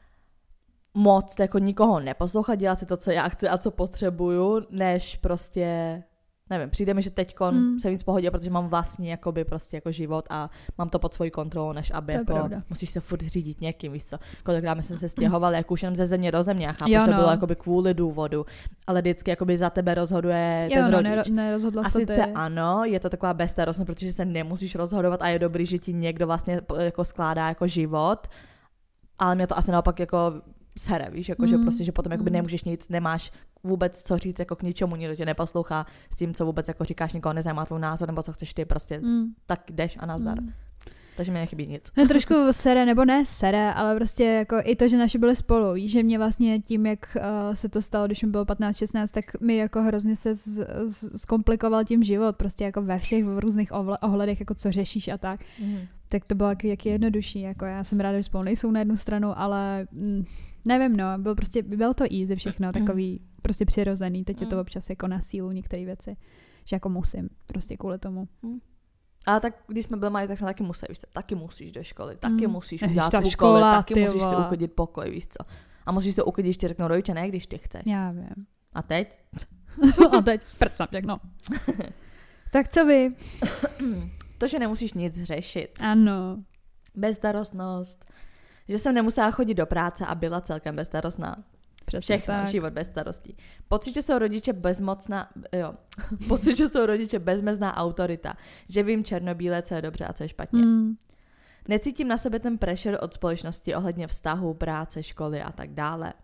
moc jako nikoho neposlouchat, dělat si to, co já chci a co potřebuju, než prostě, nevím, přijde mi, že teďkon jsem víc v pohodě, protože mám vlastní jakoby prostě jako život a mám to pod svojí kontrolou, než aby jako musíš se furt řídit někým, víš co. Kolikrát jsme se stěhovali jako už jenom ze země do země, já chápu, že to bylo jakoby kvůli důvodu, ale vždycky jakoby za tebe rozhoduje ten rodič. A sice ano, je to taková bezstarostnost, protože se nemusíš rozhodovat a je dobrý, že ti někdo vlastně jako skládá jako život, ale mě to asi naopak jako sere, víš, jako, že prostě, že potom jakoby nemůžeš nic, nemáš vůbec co říct jako k ničemu, nikdo tě neposlouchá s tím, co vůbec jako říkáš, nikoho nezajímá tvůj názor, nebo co chceš ty, prostě tak jdeš a nazdar. Takže mi nechybí nic. No, trošku sere, nebo ne sere, ale prostě jako i to, že naši byli spolu, víš, že mě vlastně tím, jak se to stalo, když mi bylo 15-16, tak mi jako hrozně se zkomplikoval tím život, prostě jako ve všech v různých ohledech, jako co řešíš a tak. Tak to bylo jak jednodušší, jako já jsem ráda, že spolu nejsou na jednu stranu, ale nevím, no, bylo to easy všechno, takový prostě přirozený, teď je to občas jako na sílu některé věci, že jako musím, prostě kvůli tomu. Ale tak, když jsme byli malí, tak jsme taky museli, víš co, taky musíš do školy, taky musíš udělat úkoly, taky musíš si uklidit pokoj, víš co. A musíš se uklidit, když ti řeknou rodiče, ne, když ty chceš. Já vím. A teď? A teď, prcám všechno. Tak co vy? To, že nemusíš nic řešit. Ano. Bezstarostnost. Že jsem nemusela chodit do práce a byla celkem bezstarostná. Všechno, život bez starostí. Pocit, že jsou rodiče Pocit, že jsou rodiče bezmezná autorita. Že vím černobíle, co je dobře a co je špatně. Necítím na sebe ten pressure od společnosti ohledně vztahu, práce, školy a tak dále.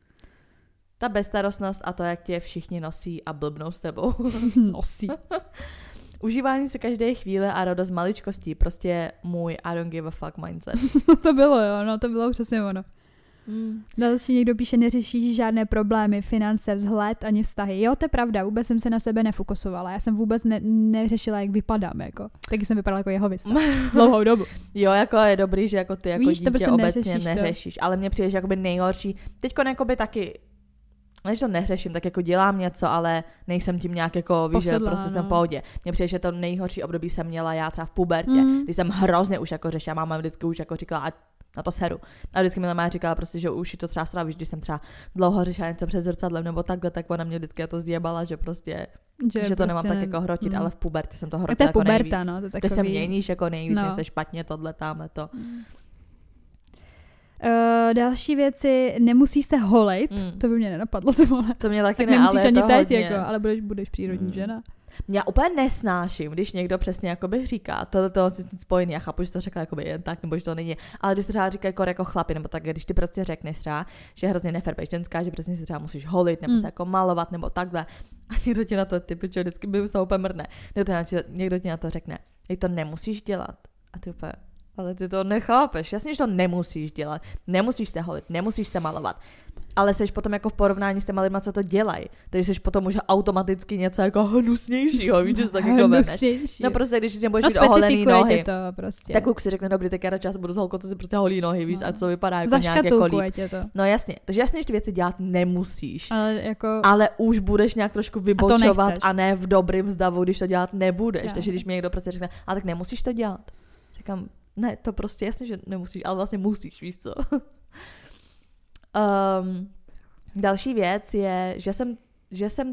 Ta bezstarostnost a to, jak tě všichni nosí a blbnou s tebou. Nosí. Užívání se každé chvíle a radost maličkostí. Prostě můj I don't give a fuck mindset. To bylo, jo, no to bylo přesně ono. Další někdo píše, neřešíš žádné problémy, finance, vzhled ani vztahy. Jo, to je pravda, vůbec jsem se na sebe nefokusovala. Já jsem vůbec neřešila, jak vypadám, jako. Taky jsem vypadala jako jeho vystav. Dlouhou dobu. Jo, jako je dobrý, že jako ty jako víš, dítě obecně neřešíš, ale mně přijde, že jakoby nejhorší. Teďko jakoby taky, než to neřeším, tak jako dělám něco, ale nejsem tím nějak jako, víš, že prostě jsem v pohodě. Mně přijde, že to nejhorší období jsem měla já třeba v pubertě, když jsem hrozně už jako řešila, máma vždycky už jako říkala, ať na to seru. A vždycky mi máma říkala prostě, že už je to třeba sravíš, když jsem třeba dlouho řešila něco před zrcadlem nebo takhle, tak ona mě vždycky to zjebala, že prostě že to prostě nemám tak jako hrotit, ale v pubertě jsem to hrotila jako puberta, nejvíc. No, to takový... Kde se měníš jako nejvíc, něco špatně, tohle, tamhle to. Další věci, nemusíš se holit, to by mě nenapadlo, to mě taky tak ne, ale ani to teď, hodně. jako, ale budeš přírodní žena. Já úplně nesnáším, když někdo přesně jakoby říká, to spojený, já chápu, že to řekla jakoby jen tak, nebo že to není, ale když to třeba říká jako chlapi, nebo tak, když ty prostě řekneš třeba, že je hrozně nefér ženská, že přesně si třeba musíš holit, nebo se jako malovat, nebo takhle, a někdo ti na to typu, že vždycky by se úplně mrdne, někdo ti na to řekne, to nemusíš dělat, a ty úplně, ale ty to nechápeš, jasně, že to nemusíš dělat, nemusíš se holit, nemusíš se malovat, ale jsi potom jako v porovnání s těma lidma, co to dělají. Takže jsi potom už automaticky něco jako hnusnějšího, víš, že to tak jako vemeš. No prostě, když ti budeš mít oholený nohy, to prostě. tak kluk si řekne, dobrý, tak já radši budu s holkou, co si prostě holí nohy, víš, a co vypadá jako nějaké kolí. No jasně, takže jasně, že ty věci dělat nemusíš, ale už budeš nějak trošku vybočovat a ne v dobrým stavu, když to dělat nebudeš. Takže když mi někdo prostě řekne, a tak nemusíš to dělat. Říkám, ne, to prostě jasně, že nemusíš, ale vlastně musíš, víš co. Další věc je, že jsem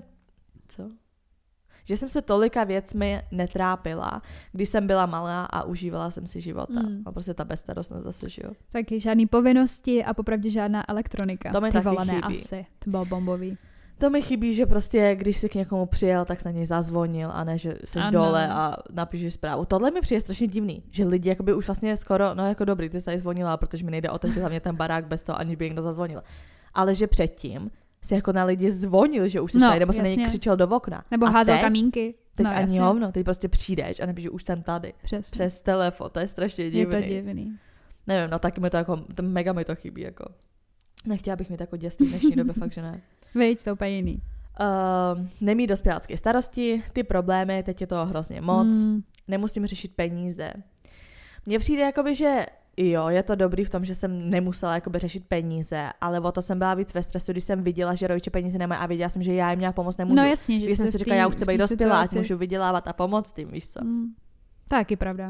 se tolika věcmi netrápila, když jsem byla malá a užívala jsem si života. A prostě ta bezstarostnost zase, že jo. Taky žádný povinnosti a popravdě žádná elektronika. To mi taky chybí. Asi. To bylo bombový. To mi chybí, že prostě, když jsi k někomu přijel, tak se na něj zazvonil a ne, že jsi dole a napíšeš zprávu. Tohle mi přijde strašně divný, že lidi jakoby už vlastně skoro, no jako dobrý, ty jsi tady zvonila, protože mi nejde otevřít hlavně ten barák bez toho, aniž by někdo zazvonil. Ale že předtím si jako na lidi zvonil, že už jsi tady, nebo se na něj křičel do okna. Nebo házel kamínky. Teď ani hovno, teď prostě přijdeš a nepíš, že už jsem tady. Přesně. Přes telefon, to je strašně divný. Je to divný. Nevím, no taky mi to jako, mega mi to chybí, jako. Nechtěla bych mít jako dětství v dnešní době, fakt, že ne. Víš, to úplně jiný. Nemít dospělácké starosti, ty problémy, teď je to hrozně moc, nemusím řešit peníze. Mně přijde jakoby, že jo, je to dobrý v tom, že jsem nemusela jakoby řešit peníze, ale o to jsem byla víc ve stresu, když jsem viděla, že rodiče peníze nemají a věděla jsem, že já jim nějak pomoct nemůžu. No jasně, že když jsem si říkala, já už chci být dospělá, ať můžu vydělávat a pomoct jim, víš co. Taky pravda.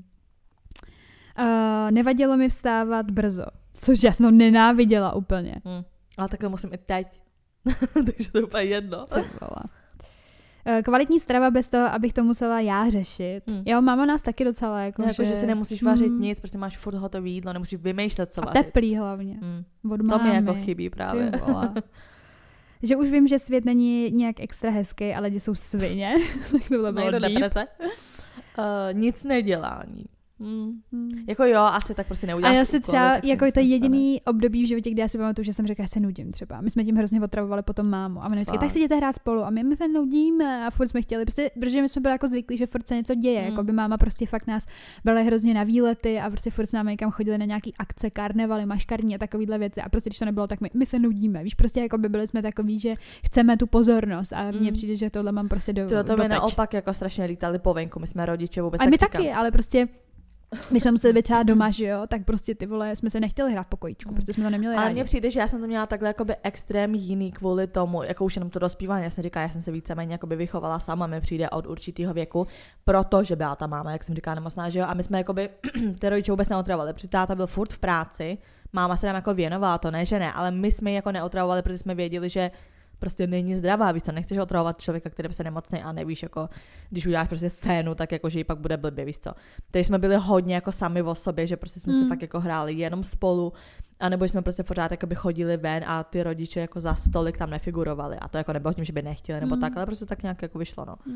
Nevadilo mi vstávat brzo, což já jsem nenáviděla úplně. Ale takhle musím i teď. Takže to je úplně jedno. Kvalitní strava bez toho, abych to musela já řešit. Jo, máma nás taky docela jako, že si nemusíš vařit nic, prostě máš furt hotové jídlo, nemusíš vymýšlet, co vařit. A teplý hlavně. Od mámy. To mi jako chybí právě. Že už vím, že svět není nějak extra hezký, ale lidi jsou svině. Tak to bylo deep. Nic nedělání. Jako jo, asi tak prostě neuděláš. A já si třeba, jako to jediný období v životě, kdy já si pamatuju, že jsem řekla, že se nudím třeba. My jsme tím hrozně otravovali potom mámu. A my vždycky, tak si jděte hrát spolu. A my se nudíme a furt jsme chtěli, prostě, protože my jsme byli jako zvyklí, že furt se něco děje. Jako by máma prostě fakt nás brala hrozně na výlety a prostě furt s námi někam chodili na nějaký akce, karnevaly, maškarní a takovýhle věci. A prostě když to nebylo, tak my se nudíme. Víš, prostě jako by byli jsme takový, že chceme tu pozornost a mně přijde, že tohle mám prostě to mi naopak jako strašně lítali po venku. My jsme rodiče vůbec a my taky, ale prostě když jsme museli být třeba doma, že jo, tak prostě ty vole, jsme se nechtěli hrát v pokojíčku, protože jsme to neměli rádi. Ale mně přijde, že já jsem to měla takhle jakoby extrém jiný kvůli tomu, jako už jenom to dospívání, já jsem říkala, já jsem se víceméně jakoby vychovala sama, mi přijde od určitého věku, protože byla ta máma, jak jsem říkala, nemocná, že jo, a my jsme jakoby ty rodiče vůbec neotravovali, protože táta byl furt v práci, máma se nám jako věnovala, to ne, že ne, ale my jsme jako neotravovali, protože jsme věděli, že prostě není zdravá, víš co, nechceš otravovat člověka, který je nemocný a nevíš, jako, když uděláš prostě scénu, tak jako, že jí pak bude blbě, víš co. Takže jsme byli hodně jako sami o sobě, že prostě jsme se fakt jako hráli jenom spolu, anebo jsme prostě pořád jakoby chodili ven a ty rodiče jako za stolik tam nefigurovali a to jako nebylo tím, že by nechtěli nebo tak, ale prostě tak nějak jako vyšlo, no.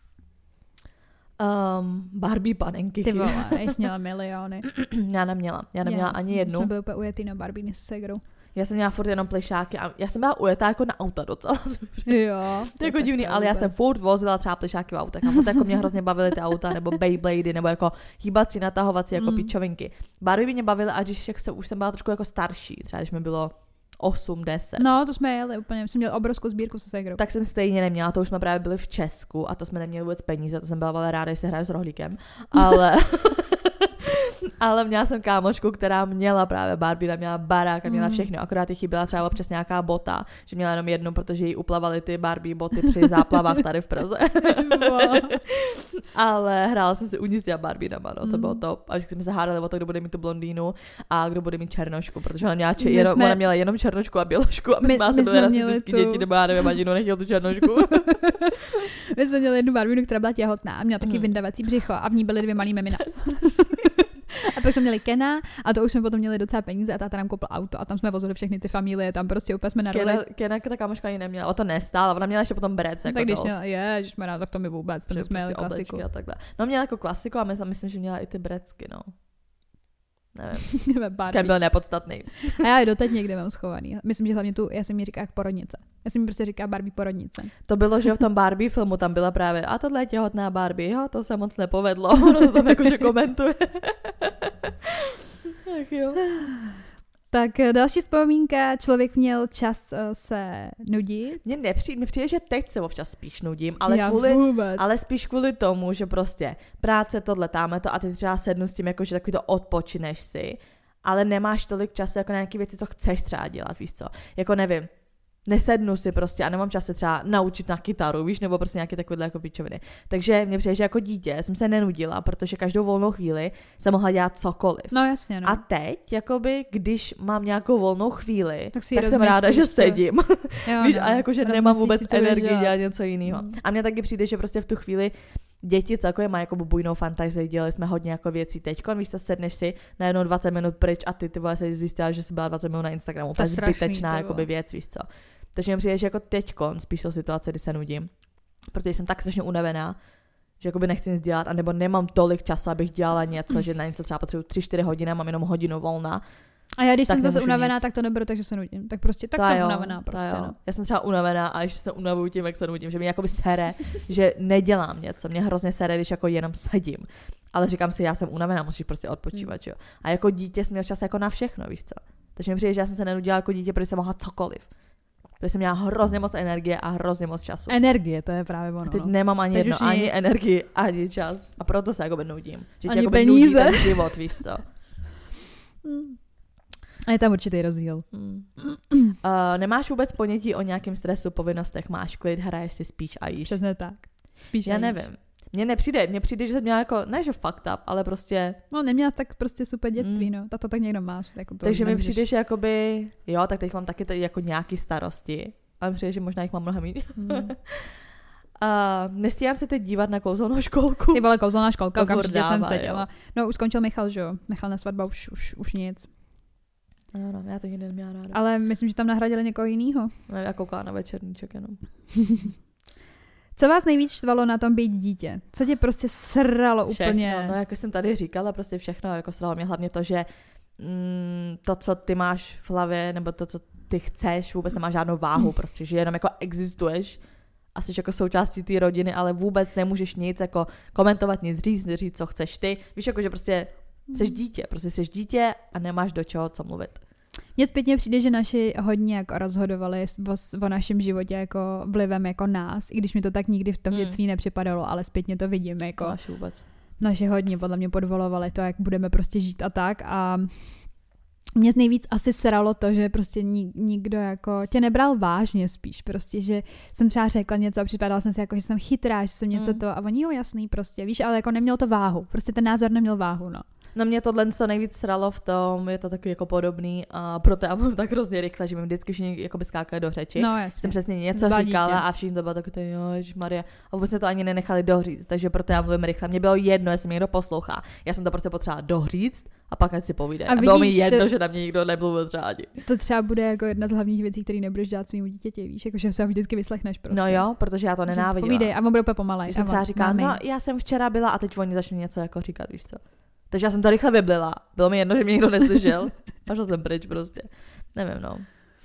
Barbie panenky. Ty vole, jich měla miliony. Já neměla ani jednu. Jsme byli úplně ujetý na Barbie s segrou. Já jsem měla furt jenom plešáky a já jsem byla ujetá jako na auta docela. Jo. To je jako divný, ale já jsem furt vozila třeba plešáky v autech a furt jako mě hrozně bavily ty auta nebo Beyblady nebo jako hýbací, natahovací jako pičovinky. Barbie mě bavily, a když už jsem byla trošku jako starší, třeba když mi bylo 8, 10. No, to jsme jeli úplně, jsem měla obrovskou sbírku se segrou. Tak jsem stejně neměla, to už jsme právě byli v Česku a to jsme neměli vůbec peníze, to jsem byla ale ráda, že se hraje s rohlíkem, ale měla jsem kámočku, která měla právě Barbie, měla barák a měla všechno, akorát jí chyběla třeba občas nějaká bota, že měla jenom jednu, protože jí uplavaly ty Barbie boty při záplavách tady v Praze. Ale hrála jsem si u nic a Barbie dama, no, to bylo top. A vždycky jsme se hádali o to, kdo bude mít tu blondýnu a kdo bude mít černošku, protože ona měla jenom černošku a bělošku a my jsme byli rasistický děti, nebo já nevím, ani nechtěl tu černošku. My jsme měli jednu Barbie, která byla těhotná a měla taky vydavací břicho a v ní byly 2 malý mimina. A pak jsme měli Kena a to už jsme potom měli docela peníze a táta nám koupil auto a tam jsme vozili všechny ty familie, tam prostě úplně jsme narvali. Kena ta kamoška ani neměla, o to nestála, ona měla ještě potom berec jako tak když dost. měla, ježišmarja, tak to mi vůbec, to jsme měli klasiku. A takhle. No měla jako klasiku a myslím, že měla i ty brecky, no. Nevím. Ken byl nepodstatný. A já je doteď někde mám schovaný. Myslím, že hlavně já jsem mi říká jak porodnice. Já jsem mi prostě říká Barbie porodnice. To bylo, že v tom Barbie filmu tam byla právě a tohle je těhotná Barbie, jo, to se moc nepovedlo. Ono tam jakože komentuje. Ach jo. Tak další vzpomínka, člověk měl čas se nudit. Mně přijde, že teď se občas spíš nudím, ale spíš kvůli tomu, že prostě práce tohle, táme to a ty třeba sednu s tím, jako, že takový to odpočineš si, ale nemáš tolik času jako na nějaké věci, co chceš třeba dělat, víš co, jako nevím. Nesednu si prostě a nemám čas se třeba naučit na kytaru, víš, nebo prostě nějaké takovéhle jako pičoviny. Takže mě přijde, že jako dítě jsem se nenudila, protože každou volnou chvíli jsem mohla dělat cokoliv. No jasně, no. A teď, jakoby, když mám nějakou volnou chvíli, tak jsem ráda, že sedím. Jo, víš, a jakože nemám vůbec energii dělat něco jiného. A mně taky přijde, že prostě v tu chvíli děti celkově mají jako bujnou fantazii, dělali jsme hodně jako věcí teďkon, víš co, sedneš si najednou 20 minut pryč a ty vole se zjistila, že jsi byla 20 minut na Instagramu. To je zbytečná jakoby věc, víš co. Takže mi přijde, že jako teďkon spíš jsou situace, kdy se nudím, protože jsem tak strašně unavená, že jakoby nechci nic dělat, anebo nemám tolik času, abych dělala něco, že na něco třeba potřebuji 3-4 hodiny, mám jenom hodinu volna. A já když jsem zase unavená, tak to neberu, takže se nudím. Tak prostě tak jsem unavená. Prostě, no. Já jsem třeba unavená a ještě se unavuju tím, jak se nudím, že mě jakoby sere, že nedělám něco. Mě hrozně sere, když jako jenom sedím. Ale říkám si, já jsem unavená, musíš prostě odpočívat, jo. A jako dítě jsem měl čas jako na všechno, víš co. Takže mi přijde, že já jsem se nenudila jako dítě, protože jsem mohla cokoliv. Protože jsem měla hrozně moc energie a hrozně moc času. Energie, to je právě ono. Teď nemám ani jedno, ani energii, ani čas. A proto se jako nudím. Že tě ani jako nudí ten život, víš co. A je tam určitý rozdíl. Nemáš vůbec ponětí o nějakém stresu, povinnostech, máš klid, hraješ si, spíš a jíš. Přesně tak. Spíš já nevím. Mně přijde, že jsem měla jako, ne že fucked up, ale prostě... No neměla jsi tak prostě super dětství, no. A to tak někdo máš. Jako to takže mi přijde, že jakoby, jo, tak teď mám taky tady jako nějaký starosti. Ale mi přijde, že možná jich mám mnohem méně. Nestíhám se teď dívat na kouzelnou školku. Ty vole, kouzelná školka, okamžitě jsem seděla. No už skončil Michal, že jo. Michal na svatba už nic. No, já to nikdy neměla ráda. Ale myslím, že tam nahradili někoho jinýho. No, já koukala na večerníček jenom. Co vás nejvíc štvalo na tom být dítě? Co tě prostě sralo všechno, úplně? No, jako jsem tady říkala, prostě všechno, jako sralo mě hlavně to, že to, co ty máš v hlavě, nebo to, co ty chceš, vůbec nemá žádnou váhu, prostě, že jenom jako existuješ a jsi jako součástí té rodiny, ale vůbec nemůžeš nic jako komentovat, nic říct, co chceš ty. Víš, jako, že prostě jsi dítě a nemáš do čeho co mluvit. Mně zpětně přijde, že naši hodně jako rozhodovali o našem životě jako vlivem jako nás, i když mi to tak nikdy v tom dětství nepřipadalo, ale zpětně to vidím. Jako naši hodně podle mě podvolovali to, jak budeme prostě žít a tak. A mě nejvíc asi sralo to, že prostě nikdo jako tě nebral vážně spíš, prostě, že jsem třeba řekla něco a připadala jsem si jako, že jsem chytrá, že jsem něco to a oni jo jasný prostě, víš, ale jako nemělo to váhu, prostě ten názor neměl váhu, no. No mě tohle to nejvíc sralo v tom, je to takový jako podobný a proto já mluvím tak hrozně rychle, že mi vždycky všichni jako by skákali do řeči. No jasně. Jsem přesně něco říkala a všichni to bylo takový, jo, ježišmarja, a vůbec se to ani nenechali doříct, takže proto já mluvím rychle. Mně bylo jedno, jestli mě někdo poslouchá. Já jsem to prostě potřebovala doříct a pak ať si povíde. A bylo mi jedno, že na mě nikdo nemluvil řádně. To třeba bude jako jedna z hlavních věcí, které nebudeš dělat svým dítěti, víš, jako že se ho vždycky vyslechneš prostě. No jo, protože já to nenávidím. Povídej a on bude úplně pomalej. Jsem třeba říkala, no já jsem včera byla a teď oni začali něco jako říkat, víš co. Takže já jsem to rychle vyblila. Bylo mi jedno, že mě nikdo neslyšel. A šel jsem pryč prostě. Nevím, no.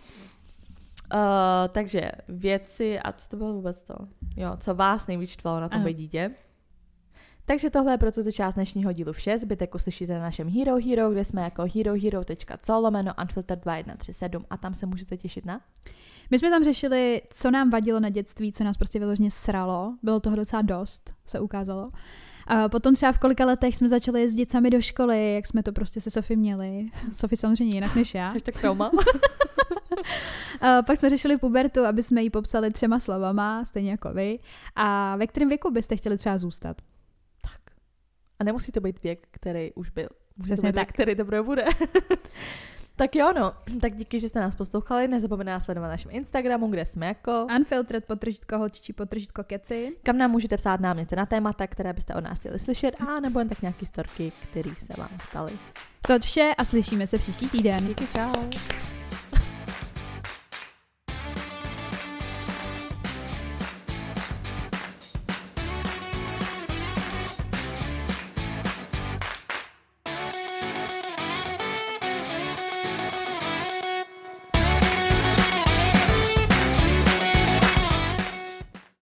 Takže věci, a co to bylo vůbec to? Jo, co vás nejvíc štvalo na tom být dítě? Takže tohle je pro tuto část dnešního dílu vše. Zbytek uslyšíte na našem Hero, kde jsme jako herohero.co/unfiltered2137 a tam se můžete těšit na? My jsme tam řešili, co nám vadilo na dětství, co nás prostě vyloženě sralo. Bylo toho docela dost, se ukázalo. A potom třeba v kolika letech jsme začali jezdit sami do školy, jak jsme to prostě se Sofí měli. Sofí samozřejmě jinak než já. Ještě tak trauma. Pak jsme řešili pubertu, aby jsme ji popsali 3 slovama, stejně jako vy. A ve kterém věku byste chtěli třeba zůstat? Tak. A nemusí to být věk, který už byl. Může Přesně to být tak. Věk, který teprve bude. Tak jo, no. Tak díky, že jste nás poslouchali. Nezapomeňte nás sledovat na našem Instagramu, kde jsme jako Unfiltered _holčičí_keci. Kam nám můžete psát náměty na témata, které byste od nás chtěli slyšet, a nebo jen tak nějaký storky, které se vám staly. To vše a slyšíme se příští týden. Díky, čau.